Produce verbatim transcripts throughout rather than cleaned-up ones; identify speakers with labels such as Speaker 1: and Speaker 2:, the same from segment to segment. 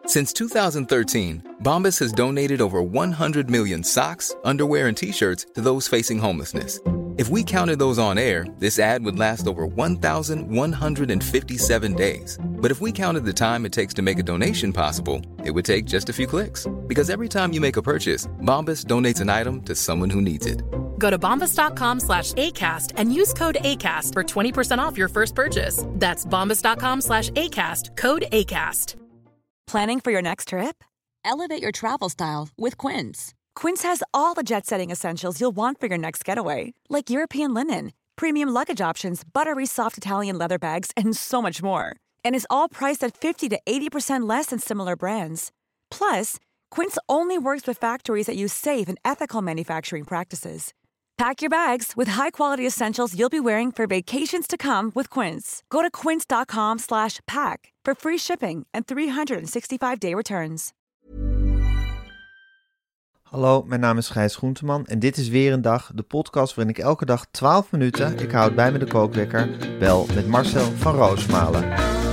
Speaker 1: Since two thousand thirteen, Bombas has donated over one hundred million socks, underwear, and T-shirts to those facing homelessness. If we counted those on air, this ad would last over one thousand one hundred fifty-seven days. But if we counted the time it takes to make a donation possible, it would take just a few clicks. Because every time you make a purchase, Bombas donates an item to someone who needs it.
Speaker 2: Go to bombas.com slash ACAST and use code ACAST for twenty percent off your first purchase. That's bombas.com slash ACAST, code ACAST.
Speaker 3: Planning for your next trip?
Speaker 4: Elevate your travel style with Quince.
Speaker 3: Quince has all the jet-setting essentials you'll want for your next getaway, like European linen, premium luggage options, buttery soft Italian leather bags, and so much more. And is all priced at fifty to eighty percent less than similar brands. Plus, Quince only works with factories that use safe and ethical manufacturing practices. Pack your bags with high-quality essentials you'll be wearing for vacations to come with Quince. Go to quince.com slash pack for free shipping and three sixty-five day returns.
Speaker 5: Hallo, mijn naam is Gijs Groenteman en dit is weer een dag, de podcast waarin ik elke dag twaalf minuten, ik houd bij me de kookwekker, bel met Marcel van Roosmalen.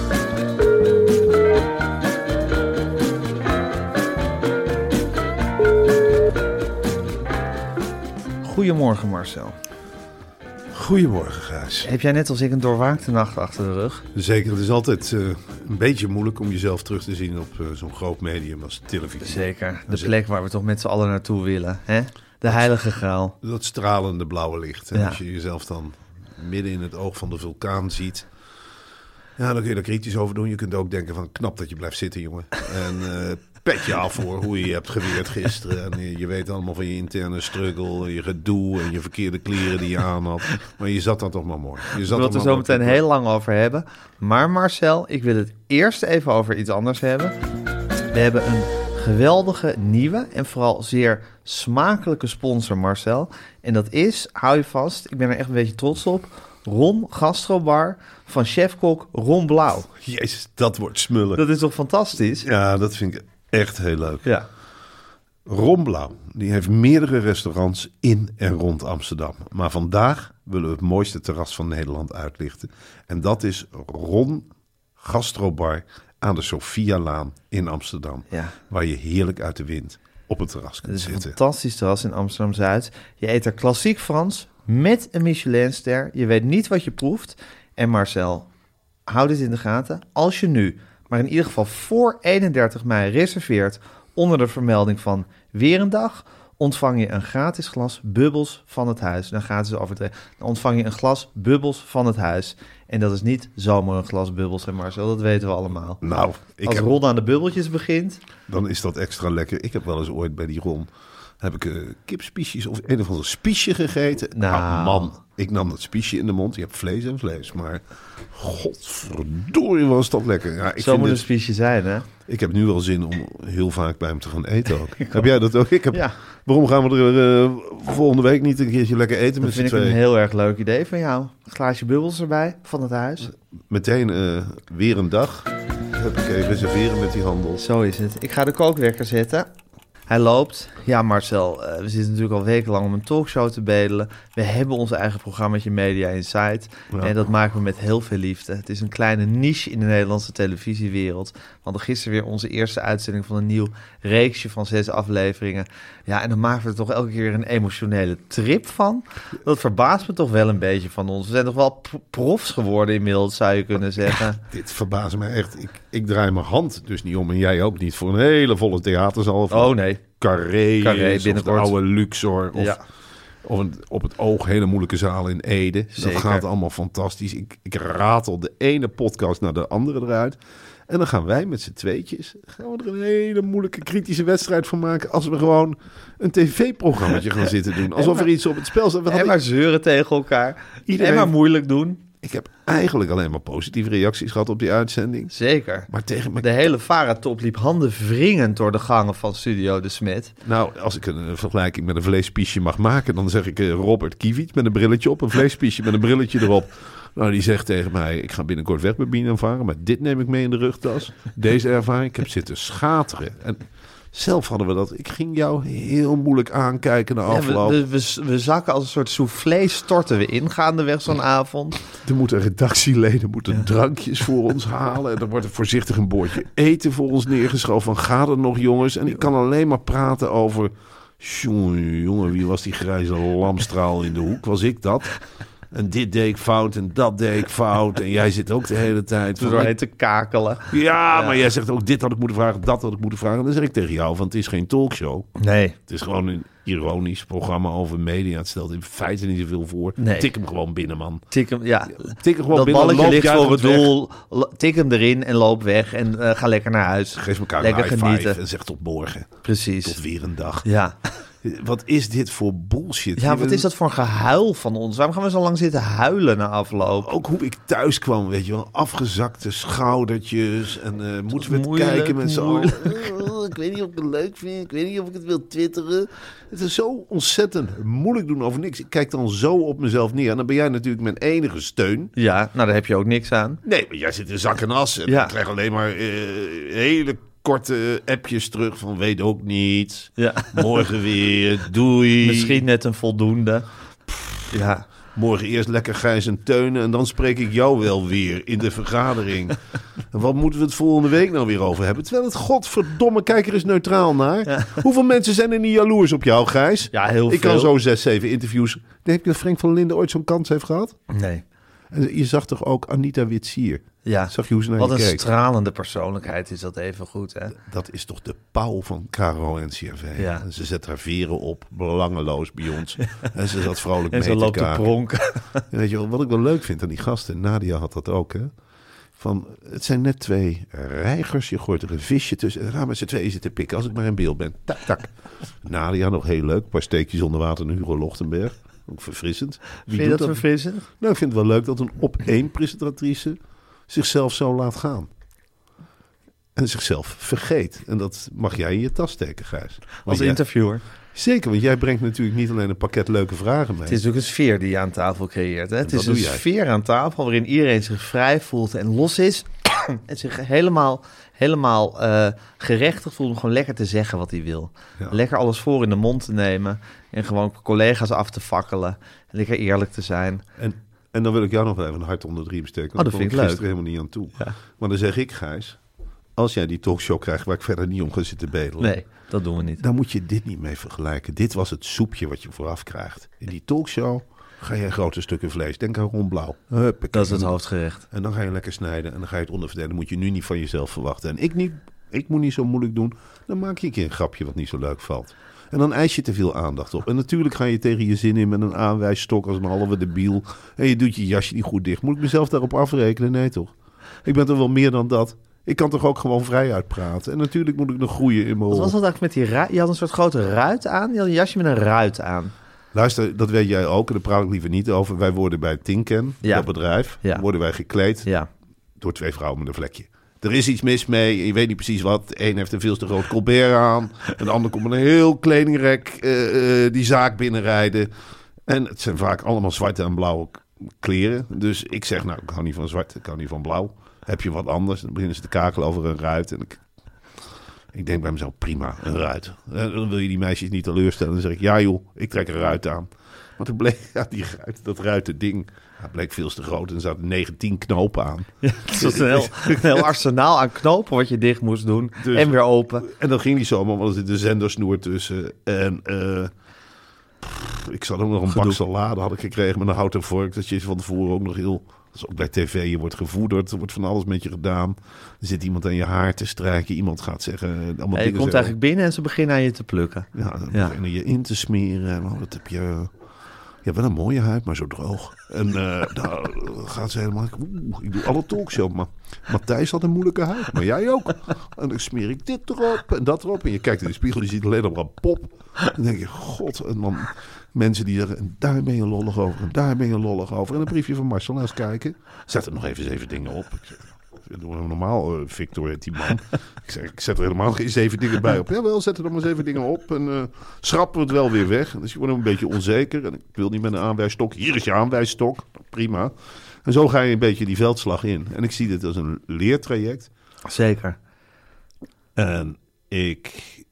Speaker 5: Goedemorgen Marcel.
Speaker 6: Goedemorgen Gijs.
Speaker 5: Heb jij net als ik een doorwaakte nacht achter de rug?
Speaker 6: Zeker, het is altijd uh, een beetje moeilijk om jezelf terug te zien op uh, zo'n groot medium als televisie.
Speaker 5: Zeker, de plek waar we toch met z'n allen naartoe willen, hè? De heilige graal.
Speaker 6: Dat stralende blauwe licht. En
Speaker 5: ja.
Speaker 6: Als je jezelf dan midden in het oog van de vulkaan ziet, ja, dan kun je er kritisch over doen. Je kunt ook denken van knap dat je blijft zitten, jongen. En uh, petje af voor hoe je je hebt geweerd gisteren. En je, je weet allemaal van je interne struggle, je gedoe en je verkeerde kleren die je aan had. Maar je zat dan toch maar mooi. Je zat
Speaker 5: we het er zo meteen heel lang over hebben. Maar Marcel, ik wil het eerst even over iets anders hebben. We hebben een geweldige nieuwe en vooral zeer smakelijke sponsor, Marcel. En dat is, hou je vast, ik ben er echt een beetje trots op, Ron Gastrobar van chefkok Ron Blauw.
Speaker 6: Jezus, dat wordt smullen.
Speaker 5: Dat is toch fantastisch?
Speaker 6: Ja, dat vind ik echt heel leuk.
Speaker 5: Ja.
Speaker 6: Ron Blauw, die heeft meerdere restaurants in en rond Amsterdam. Maar vandaag willen we het mooiste terras van Nederland uitlichten. En dat is Ron Gastrobar aan de Sophialaan in Amsterdam.
Speaker 5: Ja.
Speaker 6: Waar je heerlijk uit de wind op het terras kunt
Speaker 5: Het is een
Speaker 6: zitten.
Speaker 5: fantastisch terras in Amsterdam-Zuid. Je eet er klassiek Frans met een Michelinster. Je weet niet wat je proeft. En Marcel, hou dit in de gaten. Als je nu, maar in ieder geval voor eenendertig mei reserveert onder de vermelding van weer een dag, ontvang je een gratis glas bubbels van het huis. Dan gaat ze overtreden. Dan ontvang je een glas bubbels van het huis. En dat is niet zomaar een glas bubbels, hè Marcel, dat weten we allemaal.
Speaker 6: Nou, ik
Speaker 5: Als
Speaker 6: heb,
Speaker 5: Ron aan de bubbeltjes begint,
Speaker 6: dan is dat extra lekker. Ik heb wel eens ooit bij die Ron heb ik uh, kipspiesjes of een of ander spiesje gegeten.
Speaker 5: Nou.
Speaker 6: Ah, man, ik nam dat spiesje in de mond. Je hebt vlees en vlees, maar godverdorie was dat lekker. Ja, ik
Speaker 5: zo
Speaker 6: vind
Speaker 5: moet
Speaker 6: het,
Speaker 5: een spiesje zijn, hè?
Speaker 6: Ik heb nu wel zin om heel vaak bij hem te gaan eten ook. Heb jij dat ook? Ik heb,
Speaker 5: Ja.
Speaker 6: Waarom gaan we er uh, volgende week niet een keertje lekker eten
Speaker 5: Dat
Speaker 6: met z'n
Speaker 5: vind ik
Speaker 6: tweeën?
Speaker 5: een heel erg leuk idee van jou. Een glaasje bubbels erbij van het huis.
Speaker 6: Meteen uh, weer een dag. Heb ik even reserveren met die handel.
Speaker 5: Zo is het. Ik ga de kookwekker zetten. Hij loopt. Ja, Marcel, uh, we zitten natuurlijk al wekenlang om een talkshow te bedelen. We hebben ons eigen programmaatje Media Insight.
Speaker 6: Ja.
Speaker 5: En dat maken we met heel veel liefde. Het is een kleine niche in de Nederlandse televisiewereld. We hadden gisteren weer onze eerste uitzending van een nieuw reeksje van zes afleveringen. Ja, en dan maken we er toch elke keer een emotionele trip van. Dat verbaast me toch wel een beetje van ons. We zijn toch wel p- profs geworden inmiddels, zou je kunnen zeggen.
Speaker 6: Dit verbaast me echt. Ik, ik draai mijn hand dus niet om en jij ook niet voor een hele volle theaterzaal. Van
Speaker 5: Oh nee.
Speaker 6: Carré,
Speaker 5: Carré
Speaker 6: of de
Speaker 5: binnenkort.
Speaker 6: oude Luxor of,
Speaker 5: Ja.
Speaker 6: of een op het oog hele moeilijke zaal in Ede.
Speaker 5: Zeker.
Speaker 6: Dat gaat allemaal fantastisch. Ik, ik ratel de ene podcast naar de andere eruit. En dan gaan wij met z'n tweetjes gaan we er een hele moeilijke kritische wedstrijd van maken als we gewoon een tv-programmaatje gaan zitten doen. Alsof er iets op het spel staat. We
Speaker 5: En
Speaker 6: hadden-
Speaker 5: maar zeuren tegen elkaar.
Speaker 6: Iedereen-
Speaker 5: En maar moeilijk doen.
Speaker 6: Ik heb eigenlijk alleen maar positieve reacties gehad op die uitzending.
Speaker 5: Zeker.
Speaker 6: Maar tegen me...
Speaker 5: De hele Vara-top liep handen wringend door de gangen van Studio De Smet.
Speaker 6: Nou, als ik een, uh, vergelijking met een vleespiesje mag maken, dan zeg ik uh, Robert Kiewit met een brilletje op. Een vleespiesje met een brilletje erop. Nou, die zegt tegen mij, ik ga binnenkort weg met Bien en Varen, maar dit neem ik mee in de rugtas. Deze ervaring, ik heb zitten schateren. En Zelf hadden we dat. Ik ging jou heel moeilijk aankijken na afloop.
Speaker 5: Ja, we, we, we zakken als een soort soufflé, storten we in gaandeweg zo'n avond.
Speaker 6: Er moeten redactieleden moeten ja. drankjes voor ons halen. En er wordt er voorzichtig een bordje eten voor ons neergeschoven. Van, gaat het nog, jongens? En ik kan alleen maar praten over... Jongen, jongen, wie was die grijze lamstraal in de hoek? Was ik dat? En dit deed ik fout en dat deed ik fout. En jij zit ook de hele tijd...
Speaker 5: Van, doorheen te kakelen.
Speaker 6: Ja, ja, maar jij zegt ook dit had ik moeten vragen, dat had ik moeten vragen. En dan zeg ik tegen jou, want het is geen talkshow.
Speaker 5: Nee.
Speaker 6: Het is gewoon een ironisch programma over media. Het stelt in feite niet zoveel voor.
Speaker 5: Nee.
Speaker 6: Tik hem gewoon binnen, man.
Speaker 5: Tik hem, ja.
Speaker 6: Tik hem gewoon
Speaker 5: dat
Speaker 6: binnen.
Speaker 5: balletje ligt voor het doel. Tik hem erin en loop weg. En uh, ga lekker naar huis.
Speaker 6: Geef elkaar
Speaker 5: lekker
Speaker 6: een high
Speaker 5: genieten.
Speaker 6: five en zeg tot morgen.
Speaker 5: Precies.
Speaker 6: Tot weer een dag.
Speaker 5: Ja.
Speaker 6: Wat is dit voor bullshit?
Speaker 5: Ja, wat is dat voor een gehuil van ons? Waarom gaan we zo lang zitten huilen na afloop?
Speaker 6: Ook hoe ik thuis kwam, weet je wel. Afgezakte schoudertjes. En uh, moeten we het
Speaker 5: moeilijk,
Speaker 6: kijken met z'n allen.
Speaker 5: moeilijk.
Speaker 6: Ik weet niet of ik het leuk vind. Ik weet niet of ik het wil twitteren. Het is zo ontzettend moeilijk doen over niks. Ik kijk dan zo op mezelf neer. En dan ben jij natuurlijk mijn enige steun.
Speaker 5: Ja, nou daar heb je ook niks aan.
Speaker 6: Nee, maar jij zit in zak en as. En
Speaker 5: Ja.
Speaker 6: ik krijg alleen maar uh, hele... korte appjes terug van weet ook niet.
Speaker 5: Ja.
Speaker 6: Morgen weer, doei.
Speaker 5: Misschien net een voldoende. Ja.
Speaker 6: Morgen eerst lekker Gijs en Teunen en dan spreek ik jou wel weer in de vergadering. En wat moeten we het volgende week nou weer over hebben? Terwijl het godverdomme, kijk er eens neutraal naar. Ja. Hoeveel mensen zijn er niet jaloers op jou, Gijs?
Speaker 5: Ja, heel
Speaker 6: ik
Speaker 5: veel.
Speaker 6: kan zo zes, zeven interviews. Denk je dat Frank van Linden ooit zo'n kans heeft gehad?
Speaker 5: Nee.
Speaker 6: En je zag toch ook Anita Witsier?
Speaker 5: Ja.
Speaker 6: Zag je hoe ze naar
Speaker 5: Wat
Speaker 6: je
Speaker 5: een
Speaker 6: keek?
Speaker 5: stralende persoonlijkheid is dat even goed, hè?
Speaker 6: Dat is toch de pauw van K R O en C R V.
Speaker 5: Ja.
Speaker 6: En ze zet haar veren op, belangeloos bij ons. En ze zat vrolijk
Speaker 5: En
Speaker 6: mee
Speaker 5: ze
Speaker 6: te
Speaker 5: loopt te
Speaker 6: kaken.
Speaker 5: pronken.
Speaker 6: En weet je wel, wat ik wel leuk vind aan die gasten, Nadia had dat ook, hè. Van, het zijn net twee reigers, je gooit er een visje tussen. En ga met z'n tweeën zitten pikken als ik maar in beeld ben. Tak, tak. Nadia, nog heel leuk. Een paar steekjes onder water en Hugo Lochtenberg. Ook verfrissend. Wie
Speaker 5: Vind je
Speaker 6: doet
Speaker 5: dat verfrissend?
Speaker 6: Nou, ik vind het wel leuk dat een op één presentatrice zichzelf zo laat gaan. En zichzelf vergeet. En dat mag jij in je tas steken, Gijs.
Speaker 5: Als
Speaker 6: jij,
Speaker 5: interviewer.
Speaker 6: Zeker, want jij brengt natuurlijk niet alleen een pakket leuke vragen mee.
Speaker 5: Het is natuurlijk een sfeer die je aan tafel creëert. Hè? Het is een
Speaker 6: doe jij.
Speaker 5: sfeer aan tafel waarin iedereen zich vrij voelt en los is. En zich helemaal, helemaal uh, gerechtigd voelt om gewoon lekker te zeggen wat hij wil.
Speaker 6: Ja.
Speaker 5: Lekker alles voor in de mond te nemen. En gewoon collega's af te fakkelen. En lekker eerlijk te zijn.
Speaker 6: En, en dan wil ik jou nog wel even een hart onder de riem steken.
Speaker 5: Oh, dat
Speaker 6: daar
Speaker 5: vind
Speaker 6: kom
Speaker 5: ik
Speaker 6: gisteren
Speaker 5: leuk.
Speaker 6: helemaal niet aan toe.
Speaker 5: Ja.
Speaker 6: Maar dan zeg ik, Gijs, als jij die talkshow krijgt waar ik verder niet om ga zitten bedelen.
Speaker 5: Nee, dat doen we niet.
Speaker 6: Dan moet je dit niet mee vergelijken. Dit was het soepje wat je vooraf krijgt. In die talkshow ga je grote stukken vlees. Denk aan rondblauw. Huppakee.
Speaker 5: Dat is het hoofdgerecht.
Speaker 6: En dan ga je lekker snijden en dan ga je het onderverdelen. Moet je nu niet van jezelf verwachten. En ik niet. Ik moet niet zo moeilijk doen. Dan maak je een keer een grapje wat niet zo leuk valt. En dan eis je te veel aandacht op. En natuurlijk ga je tegen je zin in met een aanwijsstok als een halve debiel. En je doet je jasje niet goed dicht. Moet ik mezelf daarop afrekenen? Nee toch? Ik ben toch wel meer dan dat. Ik kan toch ook gewoon vrij uitpraten. En natuurlijk moet ik nog groeien in mijn
Speaker 5: Wat
Speaker 6: rol.
Speaker 5: was dat eigenlijk met die ruit? Je had een soort grote ruit aan. Je had een jasje met een ruit aan.
Speaker 6: Luister, dat weet jij ook. En daar praat ik liever niet over. Wij worden bij Tinken,
Speaker 5: Ja.
Speaker 6: dat bedrijf,
Speaker 5: Ja.
Speaker 6: worden wij gekleed
Speaker 5: Ja.
Speaker 6: door twee vrouwen met een vlekje. Er is iets mis mee. Je weet niet precies wat. De een heeft een veel te groot colbert aan. En de ander komt met een heel kledingrek uh, uh, die zaak binnenrijden. En het zijn vaak allemaal zwarte en blauwe k- kleren. Dus ik zeg, nou, ik hou niet van zwart. Ik hou niet van blauw. Heb je wat anders? Dan beginnen ze te kakelen over een ruit. En ik, ik denk bij mezelf, prima, een ruit. En dan wil je die meisjes niet teleurstellen. Dan zeg ik, ja joh, ik trek een ruit aan. Maar toen bleek, ja, die ruit, dat ruiten ding, ja, bleek veel te groot. En er zaten negentien knopen aan.
Speaker 5: Ja, het was een heel, een heel arsenaal aan knopen wat je dicht moest doen.
Speaker 6: Dus-
Speaker 5: en weer open.
Speaker 6: En dan ging die zomaar, want er zit een zendersnoer tussen. En uh, pff, ik zat ook nog een
Speaker 5: Gedoe.
Speaker 6: bak salade had ik gekregen met een houten vork. Dat je van tevoren ook nog heel... Dat is ook bij tv, je wordt gevoederd. Er wordt van alles met je gedaan. Er zit iemand aan je haar te strijken. Iemand gaat zeggen... Allemaal
Speaker 5: Ja, je
Speaker 6: dingen
Speaker 5: komt
Speaker 6: zeggen.
Speaker 5: eigenlijk binnen en ze beginnen aan je te plukken.
Speaker 6: Ja, dan
Speaker 5: Ja.
Speaker 6: beginnen je in te smeren. En oh, dat heb je... Je hebt wel een mooie huid, maar zo droog. En uh, daar gaat ze helemaal... Oeh, ik doe alle talkshow. Maar Matthijs had een moeilijke huid. Maar jij ook. En dan smeer ik dit erop en dat erop. En je kijkt in de spiegel, je ziet alleen nog maar een pop. Dan denk je, god. En dan mensen die zeggen, en daar ben je lollig over. En daar ben je lollig over. En een briefje van Marcel, eens kijken. Zet er nog even zeven dingen op. Ik zeg, doe normaal, uh, Victor heet die man. Ik zeg, ik zet er helemaal geen zeven dingen bij op. Jawel, zet er dan maar zeven dingen op. En uh, schrappen we het wel weer weg. Dus je wordt een beetje onzeker. En ik wil niet met een aanwijsstok. Hier is je aanwijsstok. Prima. En zo ga je een beetje die veldslag in. En ik zie dit als een leertraject.
Speaker 5: Zeker.
Speaker 6: En ik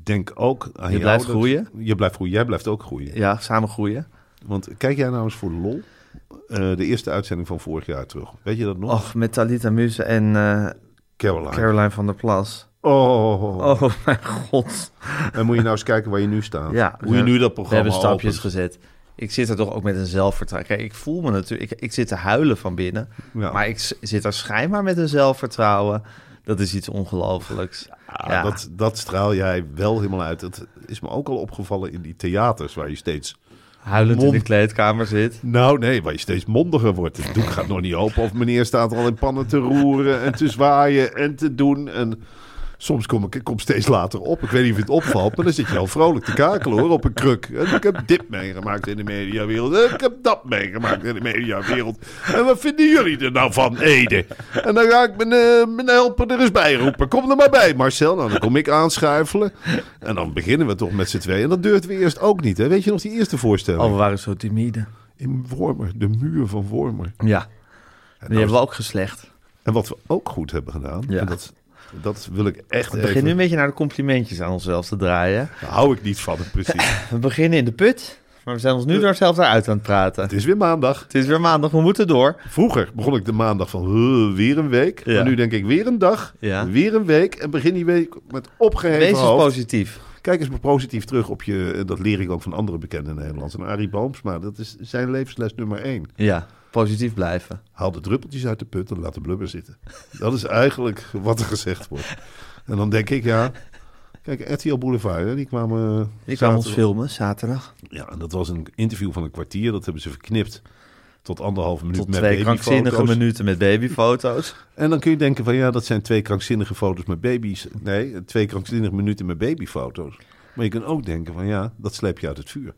Speaker 6: denk ook aan
Speaker 5: Je
Speaker 6: jou
Speaker 5: blijft
Speaker 6: dat-
Speaker 5: groeien.
Speaker 6: Je blijft groeien. Jij blijft ook groeien.
Speaker 5: Ja, samen groeien.
Speaker 6: Want kijk jij nou eens voor de lol uh, de eerste uitzending van vorig jaar terug. Weet je dat nog?
Speaker 5: Och, met Talita Muse en uh,
Speaker 6: Caroline.
Speaker 5: Caroline van der Plas.
Speaker 6: Oh,
Speaker 5: Oh, mijn god.
Speaker 6: En moet je nou eens kijken waar je nu staat.
Speaker 5: Ja,
Speaker 6: Hoe je nu dat
Speaker 5: we
Speaker 6: programma
Speaker 5: hebben stapjes
Speaker 6: opent.
Speaker 5: gezet. Ik zit er toch ook met een zelfvertrouwen. Kijk, ik voel me natuurlijk... Ik, ik zit te huilen van binnen.
Speaker 6: Ja.
Speaker 5: Maar ik s- zit er schijnbaar met een zelfvertrouwen. Dat is iets ongelooflijks.
Speaker 6: Ja,
Speaker 5: Ja.
Speaker 6: Dat, dat straal jij wel helemaal uit. Het is me ook al opgevallen in die theaters waar je steeds...
Speaker 5: Huilend in
Speaker 6: Mond-
Speaker 5: de kleedkamer zit.
Speaker 6: Nou nee, waar je steeds mondiger wordt. Het doek gaat nog niet open of meneer staat al in pannen te roeren en te zwaaien en te doen. En soms kom ik, ik kom steeds later op. Ik weet niet of het opvalt, maar dan zit je al vrolijk te kakelen hoor, op een kruk. En ik heb dit meegemaakt in de mediawereld. En ik heb dat meegemaakt in de mediawereld. En wat vinden jullie er nou van, Ede? En dan ga ik mijn, uh, mijn helper er eens bij roepen. Kom er maar bij, Marcel. Nou, dan kom ik aanschuifelen. En dan beginnen we toch met z'n tweeën. En dat durfden we eerst ook niet. Hè? Weet je nog die eerste voorstelling?
Speaker 5: Oh, we waren zo timide.
Speaker 6: In Wormer, de muur van Wormer.
Speaker 5: Ja,
Speaker 6: En,
Speaker 5: die
Speaker 6: nou,
Speaker 5: hebben we ook geslecht.
Speaker 6: en wat we ook goed hebben gedaan,
Speaker 5: Ja.
Speaker 6: en dat, dat wil ik echt
Speaker 5: We beginnen
Speaker 6: even...
Speaker 5: nu een beetje naar de complimentjes aan onszelf te draaien.
Speaker 6: Daar hou ik niet van, het precies.
Speaker 5: We beginnen in de put, maar we zijn ons nu door onszelf eruit aan het praten.
Speaker 6: Het is weer maandag.
Speaker 5: Het is weer maandag, we moeten door.
Speaker 6: Vroeger begon ik de maandag van uh, weer een week.
Speaker 5: Ja.
Speaker 6: Maar nu denk ik weer een dag,
Speaker 5: Ja.
Speaker 6: weer een week. En begin die week met opgeheven
Speaker 5: Wees eens
Speaker 6: hoofd.
Speaker 5: positief.
Speaker 6: Kijk eens maar positief terug op je... Dat leer ik ook van andere bekende Nederlanders. En Arie Boomsma, dat is zijn levensles nummer één.
Speaker 5: Ja, positief blijven.
Speaker 6: Haal de druppeltjes uit de put en laat de blubber zitten. Dat is eigenlijk wat er gezegd wordt. En dan denk ik, ja... Kijk, R T L Boulevard, hè, die kwamen...
Speaker 5: Ik kwam ons
Speaker 6: zaterdag-
Speaker 5: filmen, zaterdag.
Speaker 6: Ja, en dat was een interview van een kwartier. Dat hebben ze verknipt tot anderhalve minuut
Speaker 5: Tot
Speaker 6: met
Speaker 5: twee krankzinnige
Speaker 6: babyfoto's.
Speaker 5: minuten met babyfoto's.
Speaker 6: En dan kun je denken van ja, dat zijn twee krankzinnige foto's met baby's. Nee, twee krankzinnige minuten met babyfoto's. Maar je kunt ook denken van ja, dat sleep je uit het vuur.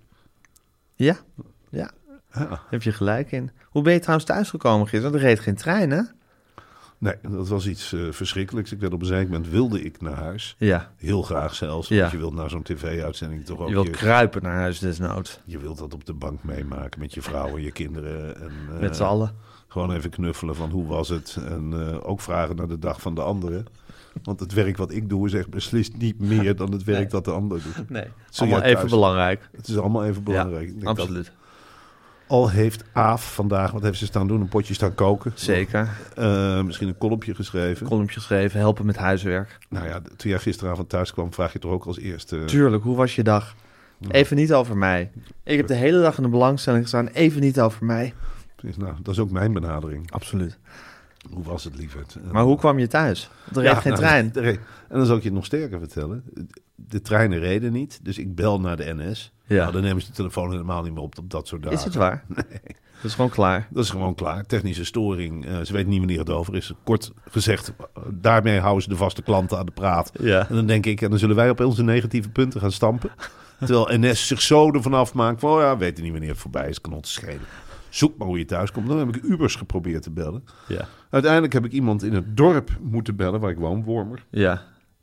Speaker 5: Ja, ja.
Speaker 6: Ja.
Speaker 5: Heb je gelijk in. Hoe ben je trouwens thuisgekomen gisteren? Er reed geen trein, hè?
Speaker 6: Nee, dat was iets uh, verschrikkelijks. Ik werd op een zeker moment wilde ik naar huis.
Speaker 5: Ja.
Speaker 6: Heel graag zelfs.
Speaker 5: Ja.
Speaker 6: Want je wilt naar zo'n tv-uitzending toch ook...
Speaker 5: Je wilt kruipen naar huis desnoods.
Speaker 6: je wilt dat op de bank meemaken met je vrouw en je kinderen. En, uh,
Speaker 5: Met z'n allen.
Speaker 6: Gewoon even knuffelen van hoe was het. En uh, ook vragen naar de dag van de anderen. Want het werk wat ik doe is echt beslist niet meer dan het werk
Speaker 5: Nee.
Speaker 6: dat de ander doet.
Speaker 5: Nee,
Speaker 6: Zul
Speaker 5: allemaal
Speaker 6: jij
Speaker 5: even
Speaker 6: thuis-
Speaker 5: belangrijk.
Speaker 6: Het is allemaal even belangrijk. Ik
Speaker 5: Ja,
Speaker 6: denk dat-
Speaker 5: absoluut.
Speaker 6: Al heeft Aaf vandaag, wat heeft ze staan doen? Een potje staan koken.
Speaker 5: Zeker.
Speaker 6: Uh, misschien een kolompje geschreven.
Speaker 5: Columnje geschreven, helpen met huiswerk.
Speaker 6: Nou ja, toen jij gisteravond thuis kwam, vraag je toch ook als eerste...
Speaker 5: Tuurlijk, hoe was je dag? Even niet over mij. Ik heb de hele dag in de belangstelling gestaan. Even niet over mij.
Speaker 6: Nou, dat is ook mijn benadering.
Speaker 5: Absoluut.
Speaker 6: Hoe was het, lieverd? En-
Speaker 5: Maar hoe kwam je thuis? Want er reed
Speaker 6: Ja,
Speaker 5: geen
Speaker 6: nou,
Speaker 5: trein.
Speaker 6: er reed- En dan zal ik je het nog sterker vertellen. De treinen reden niet, dus ik bel naar de N S.
Speaker 5: Ja.
Speaker 6: Nou, dan nemen ze de telefoon helemaal niet meer op op dat soort dagen.
Speaker 5: Is het waar? Nee. Dat is gewoon klaar.
Speaker 6: Dat is gewoon klaar. Technische storing. Uh, ze weten niet wanneer het over is. Kort gezegd, uh, daarmee houden ze de vaste klanten aan de praat.
Speaker 5: Ja.
Speaker 6: En dan denk ik, en dan zullen wij op onze negatieve punten gaan stampen. Terwijl N S zich zo ervan afmaakt van, oh ja, we weten niet wanneer het voorbij is, kan ons schelen. Zoek maar hoe je thuis komt. Dan heb ik Ubers geprobeerd te bellen.
Speaker 5: Ja.
Speaker 6: Uiteindelijk heb ik iemand in het dorp moeten bellen, waar ik woon, Wormer.
Speaker 5: Ja.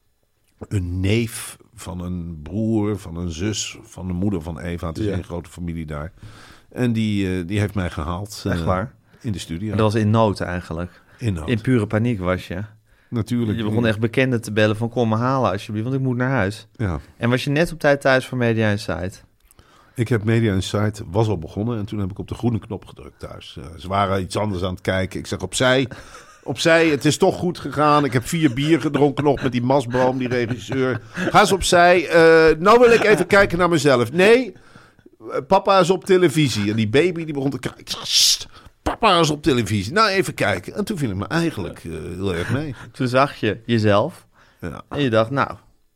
Speaker 6: Een neef van een broer, van een zus, van de moeder van Eva. Het is
Speaker 5: Ja.
Speaker 6: een grote familie daar. En die, uh, die heeft mij gehaald.
Speaker 5: Echt
Speaker 6: uh,
Speaker 5: waar?
Speaker 6: In de studio.
Speaker 5: Dat was in nood eigenlijk.
Speaker 6: In nood.
Speaker 5: In pure paniek was je.
Speaker 6: Natuurlijk.
Speaker 5: Je begon echt bekenden te bellen van kom me halen alsjeblieft, want ik moet naar huis.
Speaker 6: Ja.
Speaker 5: En was je net op tijd thuis voor Media Insight?
Speaker 6: Ik heb Media Insight, was al begonnen en toen heb ik op de groene knop gedrukt thuis. Uh, ze waren iets anders aan het kijken. Ik zeg opzij, opzij, het is toch goed gegaan. Ik heb vier bier gedronken nog met die Masboom, die regisseur. Ga eens opzij. Uh, nou wil ik even kijken naar mezelf. Nee, uh, papa is op televisie. En die baby die begon te kijken. Ik zeg, "Sst, papa is op televisie. Nou, even kijken. En toen viel ik me eigenlijk uh, heel erg mee.
Speaker 5: Toen zag je jezelf
Speaker 6: Ja,
Speaker 5: en je dacht, nou,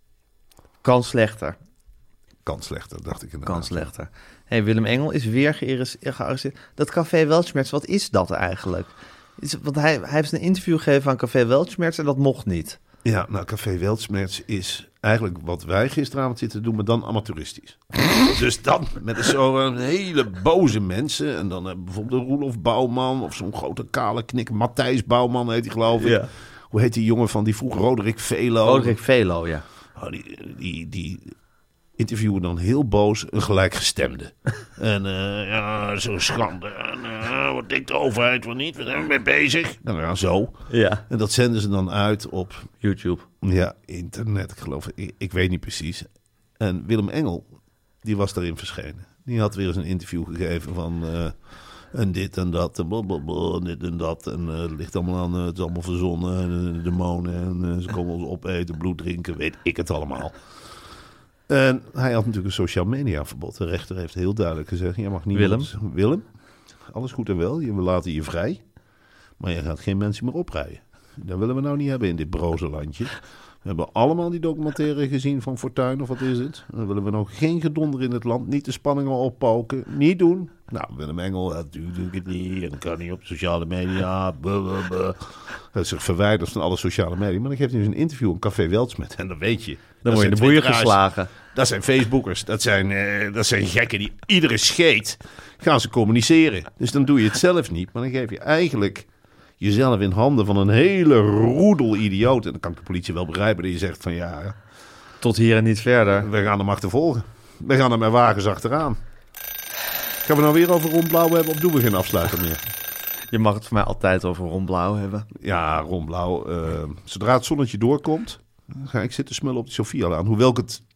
Speaker 5: kan slechter.
Speaker 6: kan slechter, dacht ik inderdaad.
Speaker 5: Kan slechter. Hey, Willem Engel is weer geïris- gearresteerd. Dat Café Weltschmerz, wat is dat eigenlijk? Is, want hij, hij heeft een interview gegeven aan Café Weltschmerz en dat mocht niet.
Speaker 6: Ja, nou, Café Weltschmerz is eigenlijk wat wij gisteravond zitten doen, maar dan amateuristisch. Dus dan met zo'n hele boze mensen. En dan uh, bijvoorbeeld een Roelof Bouwman of zo'n grote kale knik. Matthijs Bouwman heet hij, geloof ik.
Speaker 5: Ja.
Speaker 6: Hoe heet die jongen van die vroeg Roderick Velo?
Speaker 5: Roderick Velo, ja.
Speaker 6: Oh, die, die, die interviewen dan heel boos een gelijkgestemde. En uh, ja, zo'n schande. En, uh, wat denkt de overheid wel niet? Waar zijn we mee bezig? Nou ja, zo.
Speaker 5: Ja.
Speaker 6: En dat zenden ze dan uit op...
Speaker 5: YouTube.
Speaker 6: Ja, internet, ik geloof ik. Ik weet niet precies. En Willem Engel, die was daarin verschenen. Die had weer eens een interview gegeven van... Uh, en dit en dat, en blablabla, en dit en dat. En uh, het ligt allemaal aan, uh, het is allemaal verzonnen. En uh, demonen, en uh, ze komen ons opeten, bloed drinken, weet ik het allemaal. En hij had natuurlijk een social media verbod. De rechter heeft heel duidelijk gezegd, jij mag niet...
Speaker 5: Willem?
Speaker 6: Op, Willem, alles goed en wel, we laten je vrij. Maar je gaat geen mensen meer oprijden. Dat willen we nou niet hebben in dit broze landje. We hebben allemaal die documentaire gezien van Fortuyn, of wat is het? Dan willen we nog geen gedonder in het land, niet de spanningen oppoken, niet doen. Nou, Willem Engel, natuurlijk doe ik het niet, en dat kan niet op sociale media. Blablabla. Hij is zich verwijderd van alle sociale media, maar dan geeft hij dus een interview in Café Weltsmet. En dan weet je.
Speaker 5: Dan word je in de boeien geslagen.
Speaker 6: Dat zijn Facebookers, dat zijn, uh, dat zijn gekken die iedere scheet gaan ze communiceren. Dus dan doe je het zelf niet, maar dan geef je eigenlijk... jezelf in handen van een hele roedel idioten. En dan kan ik de politie wel begrijpen dat je zegt van ja...
Speaker 5: Tot hier en niet verder.
Speaker 6: We gaan hem achtervolgen. We gaan er met wagens achteraan. Gaan we nou weer over Ron Blauw hebben of doen we geen afsluiter meer?
Speaker 5: Je mag het voor mij altijd over Ron Blauw hebben.
Speaker 6: Ja, Ron Blauw. Uh, zodra het zonnetje doorkomt, ga ik zitten smullen op de Sofia-laan. Hoewel ik het,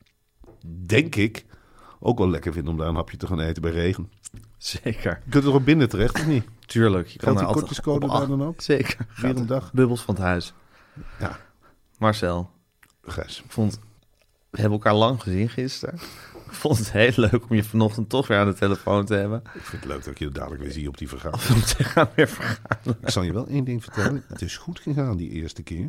Speaker 6: denk ik, ook wel lekker vind om daar een hapje te gaan eten bij regen.
Speaker 5: Zeker.
Speaker 6: Je kunt er ook binnen terecht, of niet?
Speaker 5: Tuurlijk. Je kan
Speaker 6: Geldt die
Speaker 5: er
Speaker 6: kortingscode
Speaker 5: altijd
Speaker 6: daar dan ook?
Speaker 5: Zeker.
Speaker 6: Weer een dag.
Speaker 5: Bubbels van het huis.
Speaker 6: Ja.
Speaker 5: Marcel.
Speaker 6: Gijs.
Speaker 5: Ik vond... We hebben elkaar lang gezien gisteren. Ik vond het heel leuk om je vanochtend toch weer aan de telefoon te hebben.
Speaker 6: Ik vind het leuk dat ik je dadelijk weer zie op die vergadering.
Speaker 5: Of om te gaan weer vergaderen.
Speaker 6: Ik zal je wel één ding vertellen. Het is goed gegaan die eerste keer.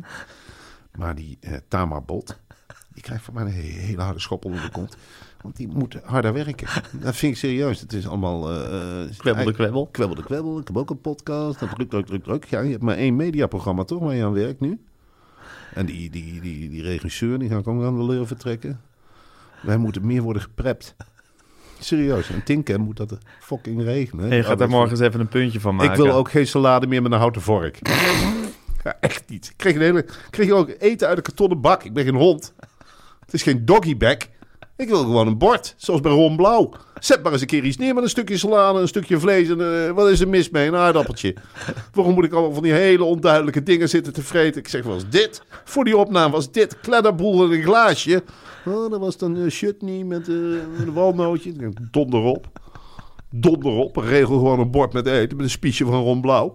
Speaker 6: Maar die uh, Tamar Bot, die krijgt van mij een hele harde schoppel in de kont. Want die moet harder werken. Dat vind ik serieus. Het is allemaal... Uh,
Speaker 5: kwebbel de kwebbel.
Speaker 6: Kwebbel de kwebbel. Ik heb ook een podcast. Druk, druk, druk, druk. Ja, je hebt maar één mediaprogramma toch waar je aan werkt nu. En die, die, die, die regisseur, die ga ik ook aan de leur vertrekken. Wij moeten meer worden geprept. Serieus. En Tinken moet dat er fucking regenen.
Speaker 5: En je gaat daar morgen eens even een puntje van maken.
Speaker 6: Ik wil ook geen salade meer met een houten vork. Ja, echt niet. Ik kreeg, een hele, ik kreeg ook eten uit een kartonnen bak. Ik ben geen hond. Het is geen doggybag. Ik wil gewoon een bord, zoals bij Ron Blauw. Zet maar eens een keer iets neer met een stukje salade, een stukje vlees en uh, wat is er mis mee? Een aardappeltje. Waarom moet ik allemaal van die hele onduidelijke dingen zitten te vreten? Ik zeg, was dit? Voor die opname was dit kledderboel in een glaasje. Oh, dat was dan uh, chutney met uh, een walnootje. Donder op. Donder op. Regel gewoon een bord met eten met een spiesje van Ron Blauw.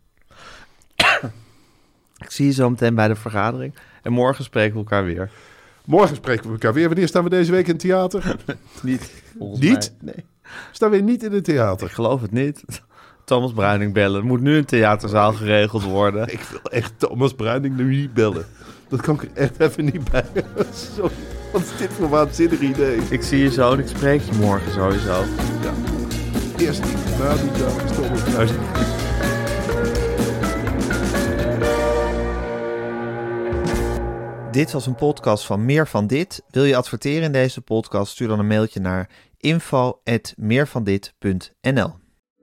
Speaker 5: Ik zie je zo meteen bij de vergadering. En morgen spreken we elkaar weer.
Speaker 6: Morgen spreken we elkaar weer. Wanneer staan we deze week in het theater?
Speaker 5: Niet.
Speaker 6: Niet?
Speaker 5: Mij. Nee.
Speaker 6: Staan we niet in het theater?
Speaker 5: Ik geloof het niet. Thomas Bruining bellen. Er moet nu een theaterzaal geregeld worden.
Speaker 6: Ik wil echt Thomas Bruining nu niet bellen. Dat kan ik er echt even niet bij. Sorry. Wat is dit voor waanzinnig idee?
Speaker 5: Ik zie je zo en ik spreek je morgen sowieso.
Speaker 6: Ja. Eerst niet, na die dag is Thomas Bruining.
Speaker 5: Dit was een podcast van Meer van Dit. Wil je adverteren in deze podcast? Stuur dan een mailtje naar info at meervandit punt n l.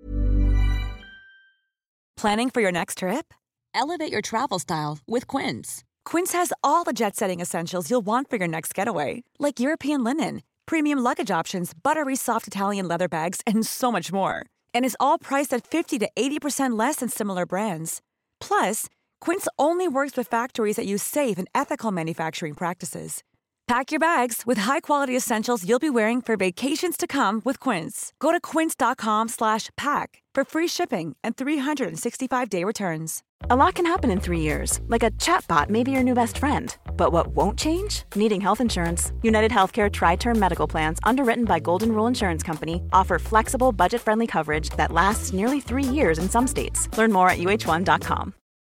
Speaker 3: Planning for your next trip?
Speaker 4: Elevate your travel style with Quince.
Speaker 3: Quince has all the jet-setting essentials you'll want for your next getaway, like European linen, premium luggage options, buttery soft Italian leather bags, and so much more. And is all priced at fifty to eighty percent less than similar brands. Plus, Quince only works with factories that use safe and ethical manufacturing practices. Pack your bags with high-quality essentials you'll be wearing for vacations to come with Quince. Go to quince.com slash pack for free shipping and three sixty-five day returns.
Speaker 7: A lot can happen in three years, like a chatbot may be your new best friend. But what won't change? Needing health insurance. United Healthcare Tri-Term Medical Plans, underwritten by Golden Rule Insurance Company, offer flexible, budget-friendly coverage that lasts nearly three years in some states. Learn more at U H one dot com.